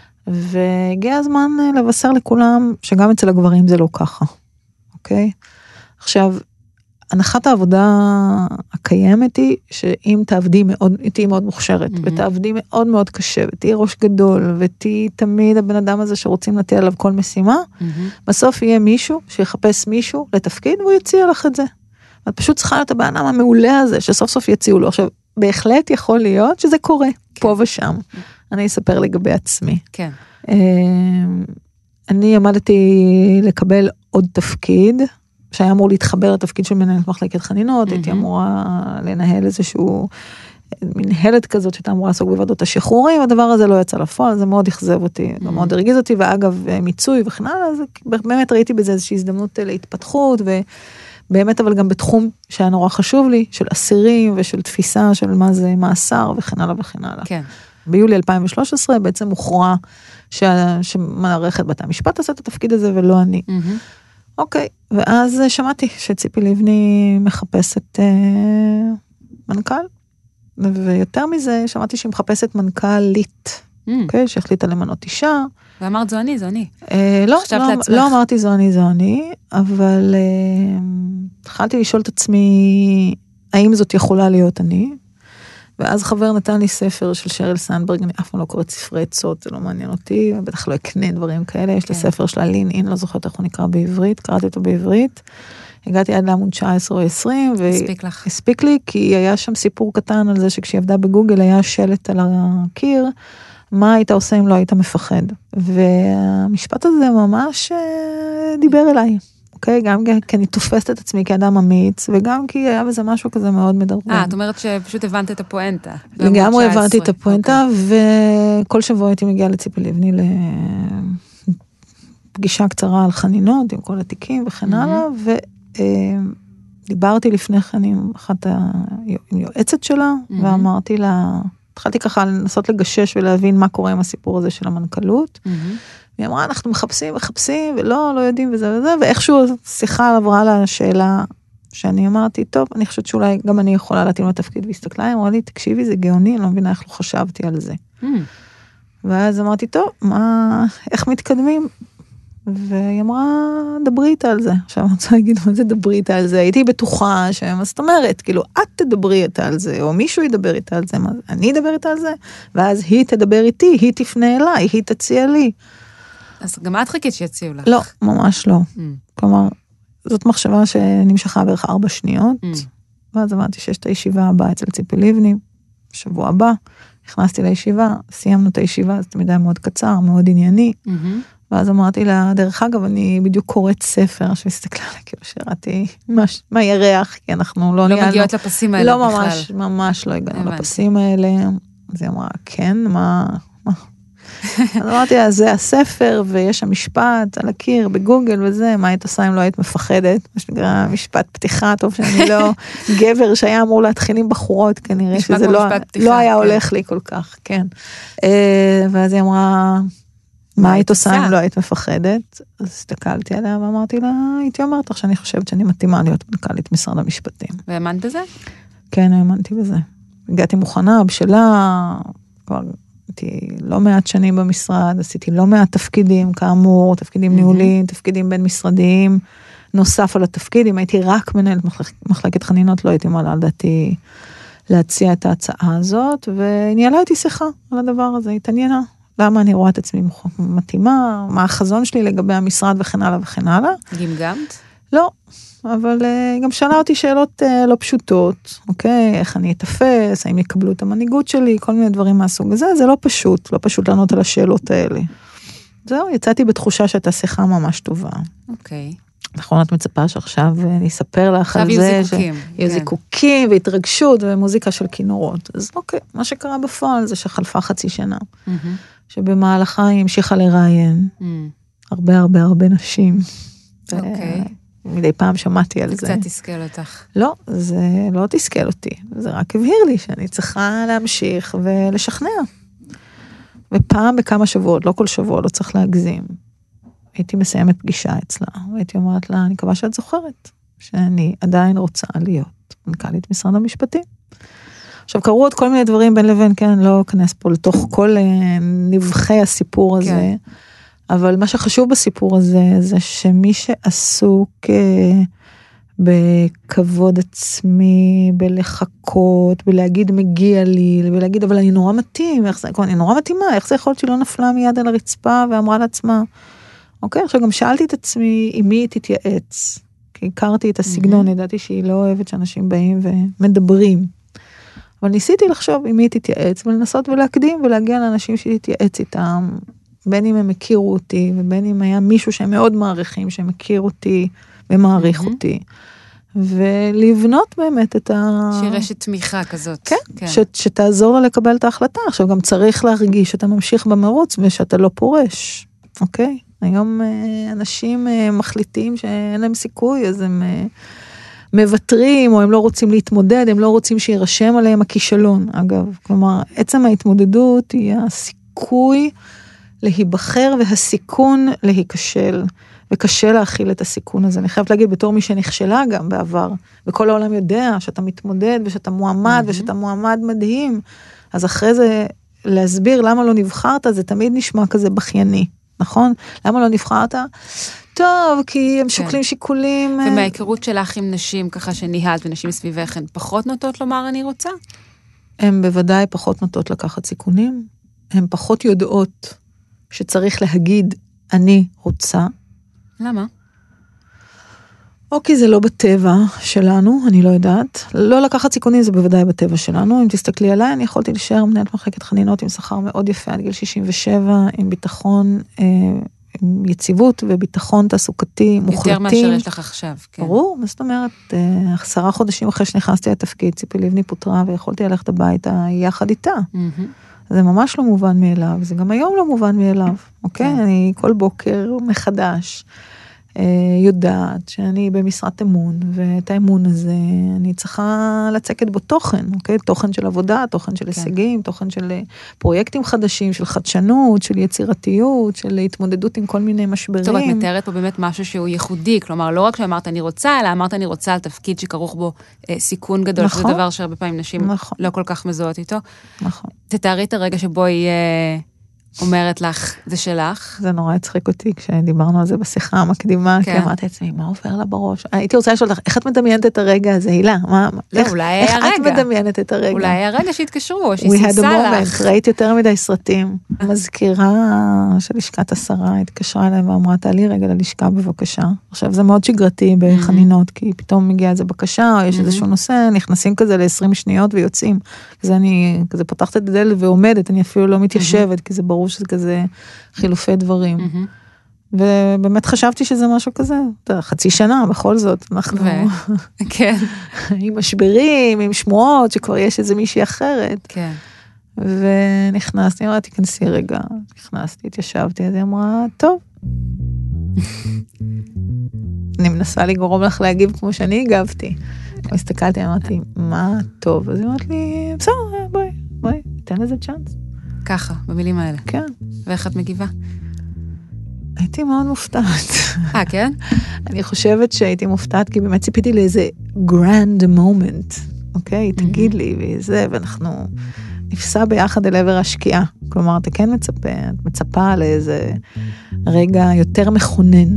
והגיע הזמן לבשר לכולם שגם אצל הגברים זה לא ככה, אוקיי? עכשיו, הנחת העבודה הקיימת היא, שאם תעבדי מאוד, תהי מאוד מוכשרת, mm-hmm. ותעבדי מאוד מאוד קשה, ותהי ראש גדול, ותהי תמיד הבן אדם הזה שרוצים להטיל עליו כל משימה, mm-hmm. בסוף יהיה מישהו שיחפש מישהו לתפקיד, והוא יציע לך את זה. את פשוט צריכה להיות הבן אדם המעולה הזה, שסוף סוף יציעו לו. עכשיו, בהחלט יכול להיות שזה קורה, כן. פה ושם. אני אספר לגבי עצמי. כן. אני עמדתי לקבל עוד תפקיד, שהיה אמור להתחבר לתפקיד של מנהלת מחלקת חנינות, הייתי אמורה לנהל איזשהו מנהלת כזאת, שהייתה אמורה לעסוק בוועדות השחרורים, הדבר הזה לא יצא לפועל, זה מאוד אכזב אותי, זה מאוד הרגיז אותי, ואגב, מיצוי וכן הלאה, אז באמת ראיתי בזה איזושהי הזדמנות להתפתחות, באמת אבל גם בתחום שהיה נורא חשוב לי, של אסירים ושל תפיסה של מה זה מאסר וכן הלאה וכן הלאה. כן. ביולי אלפיים ושלוש עשרה בעצם הוכרע שה- שמערכת בתי המשפט עשה את התפקיד הזה ולא אני. מהמם. אוקיי, ואז שמעתי שציפי לבני מחפשת אה, מנכ"ל, ויותר מזה שמעתי שהיא מחפשת מנכ"לית, מהמם. אוקיי, שהחליטה למנות אישה. ואמרת זו אני, זו אני. אה, לא, חשבת לא, לעצמך. לא אמרתי זו אני, זו אני, אבל אה, התחלתי לשאול את עצמי, האם זאת יכולה להיות אני? ואז חבר נתן לי ספר של שריל סנדברג, אני אף פעם לא קוראת ספרי עצות, זה לא מעניין אותי, בטח לא אקנה דברים כאלה, יש לי כן. ספר של הלין אין, לא זוכרת איך הוא נקרא בעברית, קראתי אותו בעברית, הגעתי עד לעמוד תשע עשרה או עשרים, הספיק לך. הספיק לי, כי היה שם סיפור קטן על זה שכשהיא עבדה בגוגל היה שלט על הקיר, מה היית עושה אם לא היית מפחד. והמשפט הזה ממש אה, דיבר אליי, אוקיי? גם כי אני תופסת את עצמי כאדם אמיץ, וגם כי היה בזה משהו כזה מאוד מדרבן. אה, את אומרת שפשוט הבנת את הפואנטה. לגמרי בעמוד תשע עשרה. הבנתי את הפואנטה, וכל שבוע הייתי מגיעה לציפי לבני לפגישה קצרה על חנינות, עם כל התיקים וכן הלאה, ודיברתי לפני כן עם אחת היועצת שלה, ואמרתי לה, התחלתי ככה לנסות לגשש ולהבין מה קורה עם הסיפור הזה של המנכ"לות, מהמם. היא אמרה, אנחנו מחפשים, מחפשים, ולא, לא יודעים וזה וזה, ואיכשהו שיחה עברה לה שאלה, שאני אמרתי, טוב, אני חושבת שאולי גם אני יכולה להתאים לתפקיד, והסתכלה, היא אמרה לי, תקשיבי, זה גאוני, אני לא מבינה איך לא חשבתי על זה. מהמם. ואז אמרתי, טוב, מה, איך מתקדמים? והיא אמרה, דברי איתה על זה. עכשיו אני רוצה להגיד, מה זה דברי איתה על זה? הייתי בטוחה שמה זאת אומרת, כאילו, את תדברי איתה על זה, או מישהו ידבר איתה על זה, מה, אני אדבר איתה על זה, ואז היא תדבר איתי, היא תפנה אליי, היא תציע לי. אז גם את חיכית שיציעו לך. לא, ממש לא. מהמם. כלומר, זאת מחשבה שנמשכה בערך ארבע שניות, מהמם. ואז אמרתי שיש את הישיבה הבאה אצל ציפי לבני, בשבוע הבא, נכנסתי לישיבה, סיימנו את הישיבה, זה תמיד היה מאוד קצר, מאוד ענייני, מהמם. ואז אמרתי לה, דרך אגב, אני בדיוק קוראת ספר, שהסתכלה עליי, כאילו שראיתי מה, מה ירח, כי אנחנו לא לא ניהלנו. מגיעות לפסים האלה לא בכלל. ממש, ממש לא הגענו הבנתי. לפסים האלה. אז היא אמרה, כן, מה? מה? אז אמרתי לה, זה הספר, ויש שם משפט על הקיר בגוגל וזה, מה היית עושה אם לא היית מפחדת? מה שנקרא משפט פתיחה, טוב שאני לא גבר שהיה אמור להתחיל עם בחורות, כנראה משפט שזה כמו לא, משפט פתיחה, לא היה כן. הולך לי כל כך, כן. אה, ואז היא אמרה, מה היית עושה אם לא היית מפחדת? אז הסתכלתי עליה ואמרתי לה, הייתי אומרת לך שאני חושבת שאני מתאימה להיות מנכ"לית משרד המשפטים. והאמנת בזה? כן, האמנתי בזה. הגעתי מוכנה, בשלה, כבר הייתי לא מעט שנים במשרד, עשיתי לא מעט תפקידים, כאמור, תפקידים ניהוליים, תפקידים בין משרדיים, נוסף על התפקיד, אם הייתי רק מנהלת מחלק, מחלקת חנינות, לא הייתי מעלה לדעתי להציע את ההצעה הזאת, וניהלה איתי שיחה על הדבר הזה, התעניינה. למה אני רואה את עצמי מתאימה, מה החזון שלי לגבי המשרד וכן הלאה וכן הלאה. גמגמת? לא, אבל uh, גם שאלה אותי שאלות uh, לא פשוטות, אוקיי, איך אני אתפס, האם יקבלו את המנהיגות שלי, כל מיני דברים מהסוג הזה, זה לא פשוט, לא פשוט לענות על השאלות האלה. זהו, יצאתי בתחושה שהייתה שיחה ממש טובה. אוקיי. נכון, את מצפה שעכשיו אני אספר לך על עכשיו זה, יהיו זיקוקים. יהיו כן. זיקוקים והתרגשות ומוזיקה של כינורות. אז אוקיי, מה שקרה בפועל זה שחלפה חצי שנה, מהמם. שבמהלכה היא המשיכה לראיין, מהמם. הרבה הרבה הרבה נשים. אוקיי. מדי פעם שמעתי על זה זה. קצת תסכל אותך. לא, זה לא תסכל אותי, זה רק הבהיר לי שאני צריכה להמשיך ולשכנע. ופעם בכמה שבועות, לא כל שבוע, לא צריך להגזים. הייתי מסיימת פגישה אצלה, והייתי אומרת לה, אני מקווה שאת זוכרת, שאני עדיין רוצה להיות מנכ"לית משרד המשפטים. עכשיו, קראו עוד כל מיני דברים בין לבין, כן, לא אכנס פה לתוך כל נבחי הסיפור הזה, כן. אבל מה שחשוב בסיפור הזה, זה שמי שעסוק בכבוד עצמי, בלחכות, בלהגיד מגיע לי, בלהגיד, אבל אני נורא מתאים, איך זה, אני נורא מתאימה, איך זה יכול להיות שהיא לא נפלה מיד על הרצפה, ואמרה לעצמה, אוקיי, עכשיו גם שאלתי את עצמי, עם מי היא תתייעץ, כי הכרתי את הסגנון, ידעתי שהיא לא אוהבת שאנשים באים ומדברים, אבל ניסיתי לחשוב עם מי היא תתייעץ, ולנסות ולהקדים, ולהגיע לאנשים שהיא תתייעץ איתם, בין אם הם הכירו אותי, ובין אם היה מישהו שהם מאוד מעריכים, שהם הכיר אותי ומעריך mm-hmm. אותי, ולבנות באמת את ה... שהיא רשת תמיכה כזאת. כן, כן. ש... שתעזור לה לקבל את ההחלטה. עכשיו גם צריך להרגיש שאתה ממשיך במרוץ, ושאתה לא פורש, אוקיי? היום אנשים מחליטים שאין להם סיכוי, אז הם מוותרים, או הם לא רוצים להתמודד, הם לא רוצים שירשם עליהם הכישלון, אגב. כלומר, עצם ההתמודדות היא הסיכוי להיבחר והסיכון להיכשל, וקשה להכיל את הסיכון הזה. אני חייבת להגיד, בתור מי שנכשלה גם בעבר, וכל העולם יודע שאתה מתמודד, ושאתה מועמד, mm-hmm. ושאתה מועמד מדהים, אז אחרי זה להסביר למה לא נבחרת, זה תמיד נשמע כזה בכייני, נכון? למה לא נבחרת? טוב, כי הם שוקלים שיקולים... ומההיכרות שלך עם נשים, ככה שניהלת ונשים סביבך, הן פחות נוטות לומר אני רוצה? הן בוודאי פחות נוטות לקחת סיכונים, הן פחות יודעות שצריך להגיד אני רוצה. למה? או כי זה לא בטבע שלנו, אני לא יודעת. לא לקחת סיכונים זה בוודאי בטבע שלנו. אם תסתכלי עליי, אני יכולתי להישאר מנהלת מחלקת חנינות עם שכר מאוד יפה עד גיל שישים ושבע, עם ביטחון, עם יציבות וביטחון תעסוקתי מוחלטים. יותר מאשר יש לך עכשיו, כן. ברור, מה זאת אומרת, עשרה חודשים אחרי שנכנסתי לתפקיד, ציפי לבני פוטרה ויכולתי ללכת הביתה יחד איתה. זה ממש לא מובן מאליו, זה גם היום לא מובן מאליו, אוקיי? אני כל בוקר מחדש יודעת שאני במשרת אמון, ואת האמון הזה אני צריכה לצקת בו תוכן, אוקיי? תוכן של עבודה, תוכן של הישגים, תוכן של פרויקטים חדשים, של חדשנות, של יצירתיות, של התמודדות עם כל מיני משברים. טוב, את מתארת פה באמת משהו שהוא ייחודי, כלומר, לא רק שאמרת אני רוצה, אלא אמרת אני רוצה על תפקיד שכרוך בו אה, סיכון גדול, נכון. שזה דבר שהרבה פעמים נשים נכון. לא כל כך מזוהות איתו. נכון. תתארי את הרגע שבו היא... אה, אומרת לך, זה שלך. זה נורא הצחיק אותי, כשדיברנו על זה בשיחה המקדימה, כי אמרתי לעצמי, מה עובר לה בראש? הייתי רוצה לשאול לך, איך את מדמיינת את הרגע הזה, הילה? איך את מדמיינת את הרגע? אולי הרגע שהתקשרו, או שהסיסה לך. ראיתי יותר מדי סרטים. מזכירה של לשכת השרה, התקשרה אליי ואמרה, תעלי רגע ללשכה בבקשה. עכשיו, זה מאוד שגרתי בחנינות, כי פתאום מגיעה איזו בקשה, או יש איזשהו נושא, נכנסים כזה ל-עשרים שניות ויוצאים. כזה אני, כזה פותחת את הדלת ועומדת, אני אפילו לא מתיישבת, כי זה ברור שזה כזה חילופי דברים. ובאמת חשבתי שזה משהו כזה, חצי שנה בכל זאת, אנחנו עם משברים, עם שמועות, שכבר יש איזה מישהי אחרת. ונכנסתי, אמרתי, כנסי רגע, נכנסתי, התיישבתי, אז היא אמרה, טוב. אני מנסה לגרום לך להגיב כמו שאני הגבתי. הסתכלתי, אמרתי, מה טוב? אז היא אמרת לי, בסדר, בואי, בואי, תן לזה צ'אנס. ככה, במילים האלה. כן. ואיך את מגיבה? הייתי מאוד מופתעת. אה, כן? אני חושבת שהייתי מופתעת, כי באמת ציפיתי לאיזה grand moment, אוקיי? תגיד לי, וזה, ואנחנו נפסע ביחד אל עבר השקיעה. כלומר, אתה כן מצפה, את מצפה לאיזה רגע יותר מכונן.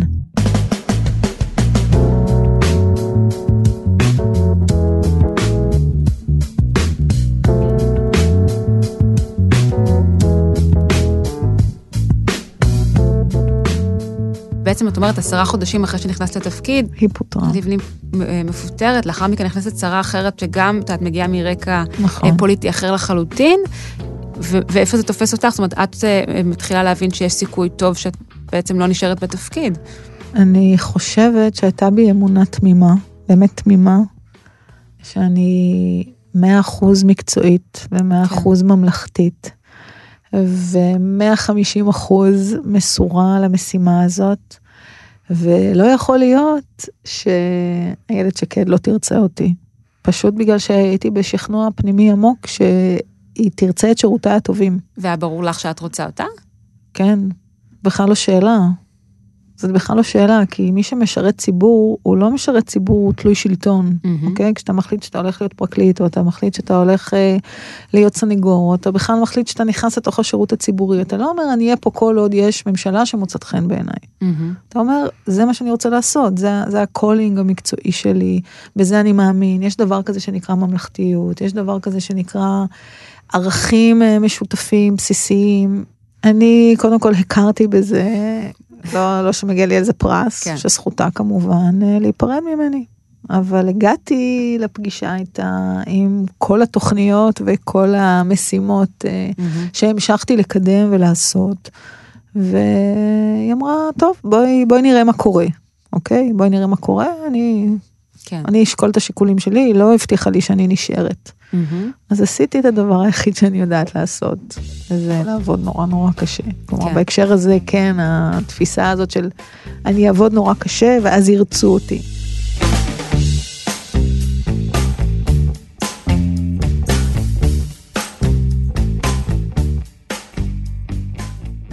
בעצם את אומרת, עשרה חודשים אחרי שנכנסת לתפקיד, היא פוטרה. לבני מפוטרת, לאחר מכן נכנסת שרה אחרת, שגם את מגיעה מרקע נכון. פוליטי אחר לחלוטין, ו- ואיפה זה תופס אותך? זאת אומרת, את מתחילה להבין שיש סיכוי טוב שאת בעצם לא נשארת בתפקיד. אני חושבת שהייתה בי אמונה תמימה, באמת תמימה, שאני מאה אחוז מקצועית ומאה אחוז כן. ממלכתית, ו-מאה וחמישים אחוז מסורה למשימה הזאת, ולא יכול להיות שהילד שקד לא תרצה אותי. פשוט בגלל שהייתי בשכנוע פנימי עמוק, שהיא תרצה את שירותיה הטובים. והיה ברור לך שאת רוצה אותה? כן, בכלל לא שאלה. זאת בכלל לא שאלה, כי מי שמשרת ציבור, הוא לא משרת ציבור, הוא תלוי שלטון, mm-hmm. אוקיי? כשאתה מחליט שאתה הולך להיות פרקליט, או אתה מחליט שאתה הולך אה, להיות סניגור, או אתה בכלל מחליט שאתה נכנס לתוך השירות הציבורי, אתה לא אומר, אני אהיה פה כל עוד יש ממשלה שמוצאת חן בעיניי. Mm-hmm. אתה אומר, זה מה שאני רוצה לעשות, זה, זה הקולינג המקצועי שלי, בזה אני מאמין, יש דבר כזה שנקרא ממלכתיות, יש דבר כזה שנקרא ערכים משותפים, בסיסיים, אני קודם כל הכרתי בזה, לא, לא שמגיע לי איזה פרס, כן. שזכותה כמובן להיפרד ממני. אבל הגעתי לפגישה איתה עם כל התוכניות וכל המשימות mm-hmm. שהמשכתי לקדם ולעשות. והיא אמרה, טוב, בואי, בואי נראה מה קורה. אוקיי? בואי נראה מה קורה. אני, כן. אני אשקול את השיקולים שלי, היא לא הבטיחה לי שאני נשארת. Mm-hmm. אז עשיתי את הדבר היחיד שאני יודעת לעשות, וזה לעבוד נורא נורא קשה. כלומר, כן. בהקשר הזה, כן, התפיסה הזאת של אני אעבוד נורא קשה, ואז ירצו אותי.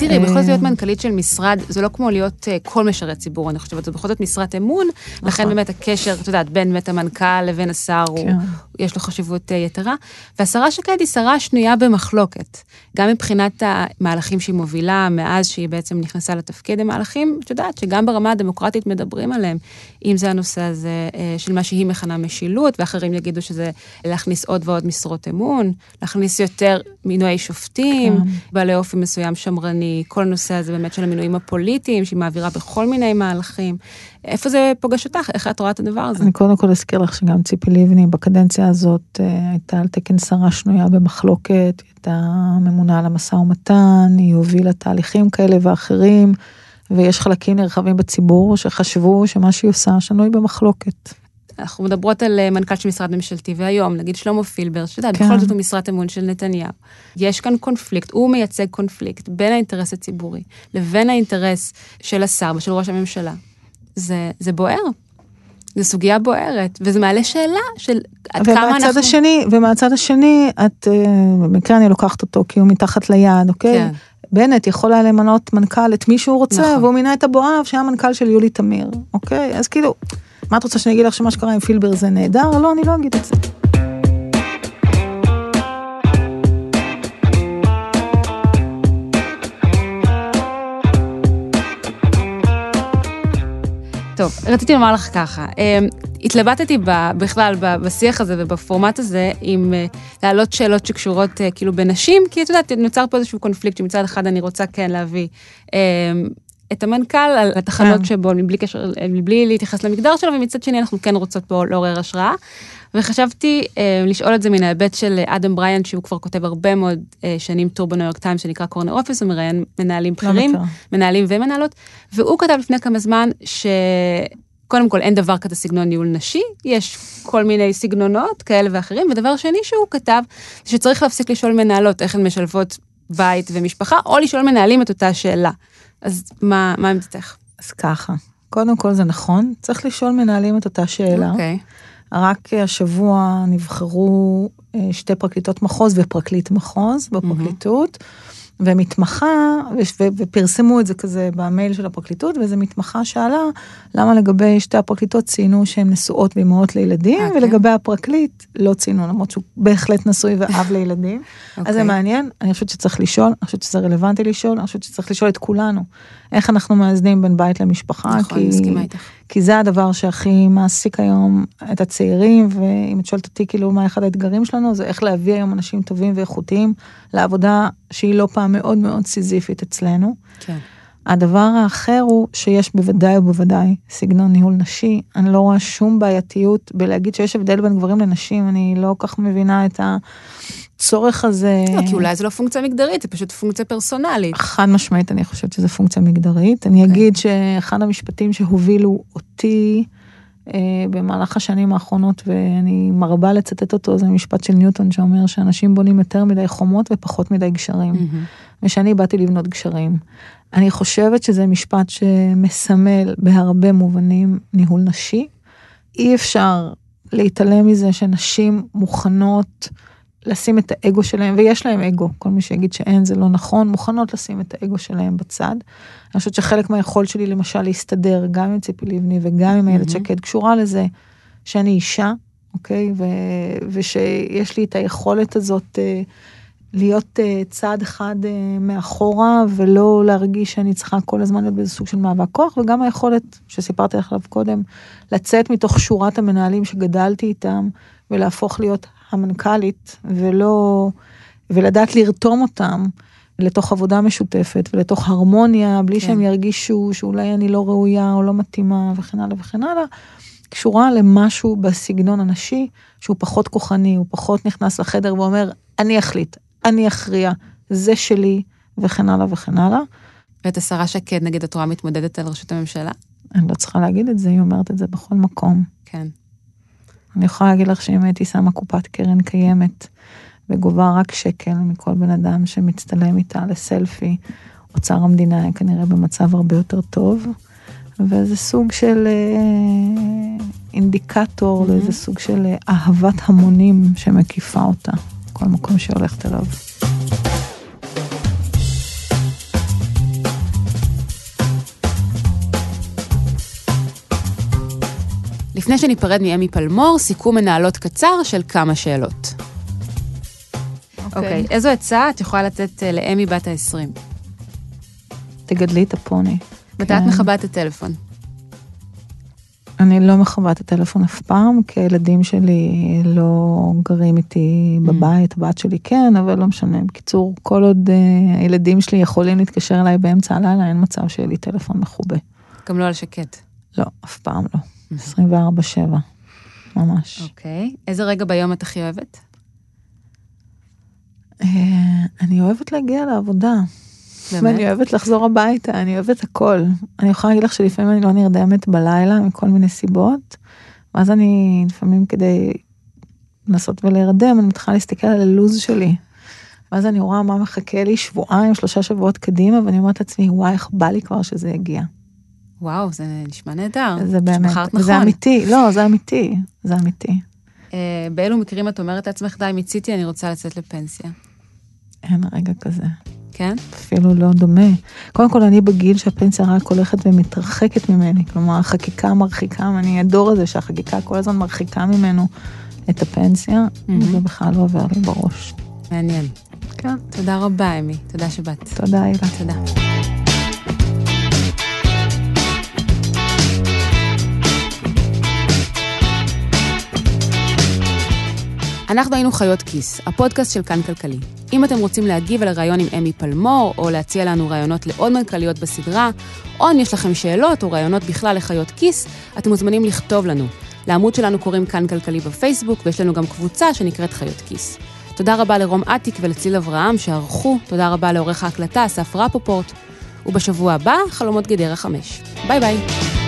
תראי, בכל זאת להיות מנכ"לית של משרד, זה לא כמו להיות כל משרת ציבור, אני חושבת, זה בכל זאת משרת אמון, לכן באמת הקשר, את יודעת, בין באמת המנכ"ל לבין השר, יש לו חשיבות יתרה, והשרה שקד היא שרה שנויה במחלוקת, גם מבחינת המהלכים שהיא מובילה, מאז שהיא בעצם נכנסה לתפקיד המהלכים, את יודעת, שגם ברמה הדמוקרטית מדברים עליהם, אם זה הנושא הזה של מה שהיא מכנה משילות, ואחרים יגידו שזה להכניס עוד ועוד משרות אמון, להכניס יותר מינויי שופטים, בעלי אופי מסוים שמרני, כל נושא הזה באמת של המינויים הפוליטיים, שהיא מעבירה בכל מיני מהלכים. איפה זה פוגש אותך? איך את רואה את הדבר הזה? אני קודם כל אזכיר לך שגם ציפי לבני בקדנציה הזאת הייתה על תקן שרה שנויה במחלוקת, הייתה ממונה על המשא ומתן, היא הובילה תהליכים כאלה ואחרים, ויש חלקים נרחבים בציבור שחשבו שמה שהיא עושה שנוי במחלוקת. אנחנו מדברות על מנכ"ל של משרד ממשלתי, והיום, נגיד שלמה פילבר, שדעת, בכל זאת הוא משרת אמון של נתניהו. יש כאן קונפליקט, הוא מייצג קונפליקט בין האינטרס הציבורי, לבין האינטרס של השר ושל ראש הממשלה. זה, זה בוער. זו סוגיה בוערת, וזה מעלה שאלה של עד כמה אנחנו... השני, ומהצד השני, את, במקרה אני לוקחת אותו, כי הוא מתחת ליד, אוקיי? כן. בנט יכול היה למנות מנכ"ל את מי שהוא רוצה, נכון. והוא מינה את הבואב, שהיה מנכ"ל של יולי תמיר, אוקיי? אז כאילו... מה את רוצה שאני אגיד לך שמה שקרה עם פילבר זה נהדר? לא, אני לא אגיד את זה. טוב, רציתי לומר לך ככה, התלבטתי בכלל בשיח הזה ובפורמט הזה עם להעלות שאלות שקשורות כאילו בנשים, כי את יודעת, נוצר פה איזשהו קונפליקט שמצד אחד אני רוצה כן להביא את המנכ"ל על התחנות שבו, מבלי, קשר, מבלי להתייחס למגדר שלו, ומצד שני אנחנו כן רוצות פה לעורר השראה, וחשבתי אה, לשאול את זה מן ההיבט של אדם בריאנט, שהוא כבר כותב הרבה מאוד אה, שנים טור בניו יורק טיימס, שנקרא קורנר אופיס, הוא מראיין מנהלים בכירים, מנהלים ומנהלות, והוא כתב לפני כמה זמן שקודם כל אין דבר כזה סגנון ניהול נשי, יש כל מיני סגנונות כאלה ואחרים, ודבר שני שהוא כתב, שצריך להפסיק לשאול מנהלות איך הן משלבות בית ומשפחה, או לשאול מנהלים את אותה שאלה. אז מה, מה עמדתך? אז ככה, קודם כל זה נכון, צריך לשאול מנהלים את אותה שאלה. אוקיי. רק השבוע נבחרו שתי פרקליטות מחוז ופרקליט מחוז בפרקליטות, ומתמחה, ופרסמו את זה כזה במייל של הפרקליטות, וזה מתמחה שאלה, למה לגבי שתי הפרקליטות ציינו שהן נשואות ואימהות לילדים, okay. ולגבי הפרקליט לא ציינו, למרות שהוא בהחלט נשוי ואב לילדים. Okay. אז זה מעניין, אני חושבת שצריך לשאול, אני חושבת שזה רלוונטי לשאול, אני חושבת שצריך לשאול את כולנו, איך אנחנו מאזנים בין בית למשפחה, נכון, כי, מסכימה איתך. כי זה הדבר שהכי מעסיק היום את הצעירים, ואם את שואלת אותי כאילו מה אחד האתגרים שלנו, זה איך להביא היום אנשים טובים ואיכותיים לעבודה שהיא לא פעם מאוד מאוד סיזיפית אצלנו. כן. הדבר האחר הוא שיש בוודאי ובוודאי סגנון ניהול נשי, אני לא רואה שום בעייתיות בלהגיד שיש הבדל בין גברים לנשים, אני לא כך מבינה את הצורך הזה. לא, כי אולי זה לא פונקציה מגדרית, זה פשוט פונקציה פרסונלית. חד משמעית, אני חושבת שזה פונקציה מגדרית. אני אגיד שאחד המשפטים שהובילו אותי במהלך השנים האחרונות, ואני מרבה לצטט אותו, זה משפט של ניוטון שאומר שאנשים בונים יותר מדי חומות ופחות מדי גשרים. ושאני באתי לבנות גשרים. אני חושבת שזה משפט שמסמל בהרבה מובנים ניהול נשי. אי אפשר להתעלם מזה שנשים מוכנות לשים את האגו שלהם, ויש להם אגו, כל מי שיגיד שאין זה לא נכון, מוכנות לשים את האגו שלהם בצד. אני חושבת שחלק מהיכולת שלי למשל להסתדר גם עם ציפי לבני וגם עם איילת שקד, קשורה לזה שאני אישה, אוקיי? ו- ושיש לי את היכולת הזאת להיות צעד אחד מאחורה, ולא להרגיש שאני צריכה כל הזמן להיות באיזה סוג של מאבק כוח, וגם היכולת שסיפרתי לך עליו קודם, לצאת מתוך שורת המנהלים שגדלתי איתם, ולהפוך להיות המנכ"לית, ולא, ולדעת לרתום אותם לתוך עבודה משותפת, ולתוך הרמוניה, בלי כן. שהם ירגישו שאולי אני לא ראויה, או לא מתאימה, וכן הלאה וכן הלאה, קשורה למשהו בסגנון הנשי, שהוא פחות כוחני, הוא פחות נכנס לחדר, ואומר, אני אחליט, אני אכריע, זה שלי, וכן הלאה וכן הלאה. ואת השרה שקד, נגיד, את רואה מתמודדת על ראשות הממשלה? אני לא צריכה להגיד את זה, היא אומרת את זה בכל מקום. כן. אני יכולה להגיד לך שאם הייתי שמה קופת קרן קיימת, וגובה רק שקל מכל בן אדם שמצטלם איתה לסלפי, אוצר המדינה היה כנראה במצב הרבה יותר טוב, וזה סוג של אה, אינדיקטור, mm-hmm. לאיזה סוג של אה, אהבת המונים שמקיפה אותה, כל מקום שהולכת אליו. לפני שניפרד מאמי פלמור, סיכום מנהלות קצר של כמה שאלות. אוקיי, איזו הצעה את יכולה לתת לאמי בת ה-עשרים? תגדלי את הפוני. מתי את מכבה את הטלפון? אני לא מכבה את הטלפון אף פעם, כי הילדים שלי לא גרים איתי בבית, הבת שלי כן, אבל לא משנה. בקיצור, כל עוד uh, הילדים שלי יכולים להתקשר אליי באמצע הלילה, אין מצב שיהיה לי טלפון מחובה. גם לא על שקט? לא, אף פעם לא. עשרים וארבע שבע, ממש. אוקיי. איזה רגע ביום את הכי אוהבת? Uh, אני אוהבת להגיע לעבודה. באמת? ואני אוהבת לחזור הביתה, אני אוהבת הכל. אני יכולה להגיד לך שלפעמים אני לא נרדמת בלילה, מכל מיני סיבות, ואז אני, לפעמים כדי לנסות ולהרדם, אני מתחילה להסתכל על הלוז שלי. ואז אני רואה מה מחכה לי שבועיים, שלושה שבועות קדימה, ואני אומרת לעצמי, וואי, איך בא לי כבר שזה יגיע. וואו, זה נשמע נהדר. זה באמת, זה אמיתי, לא, זה אמיתי, זה אמיתי. באילו מקרים את אומרת לעצמך, די, מיציתי, אני רוצה לצאת לפנסיה. אין רגע כזה. כן? אפילו לא דומה. קודם כל, אני בגיל שהפנסיה רק הולכת ומתרחקת ממני. כלומר, החקיקה מרחיקה, אני הדור הזה שהחקיקה כל הזמן מרחיקה ממנו את הפנסיה, וזה בכלל לא עובר לי בראש. מעניין. כן. תודה רבה, אמי. תודה שבאת. תודה, אילה. תודה. אנחנו היינו חיות כיס, הפודקאסט של כאן כלכלי. אם אתם רוצים להגיב על הרעיון עם אמי פלמור, או להציע לנו רעיונות לעוד מנכ"ליות בסדרה, או אם יש לכם שאלות או רעיונות בכלל לחיות כיס, אתם מוזמנים לכתוב לנו. לעמוד שלנו קוראים כאן כלכלי בפייסבוק, ויש לנו גם קבוצה שנקראת חיות כיס. תודה רבה לרום עתיק ולציל אברהם שערכו, תודה רבה לעורך ההקלטה, אסף רפופורט, ובשבוע הבא, חלומות גדרה חמש. ביי ביי.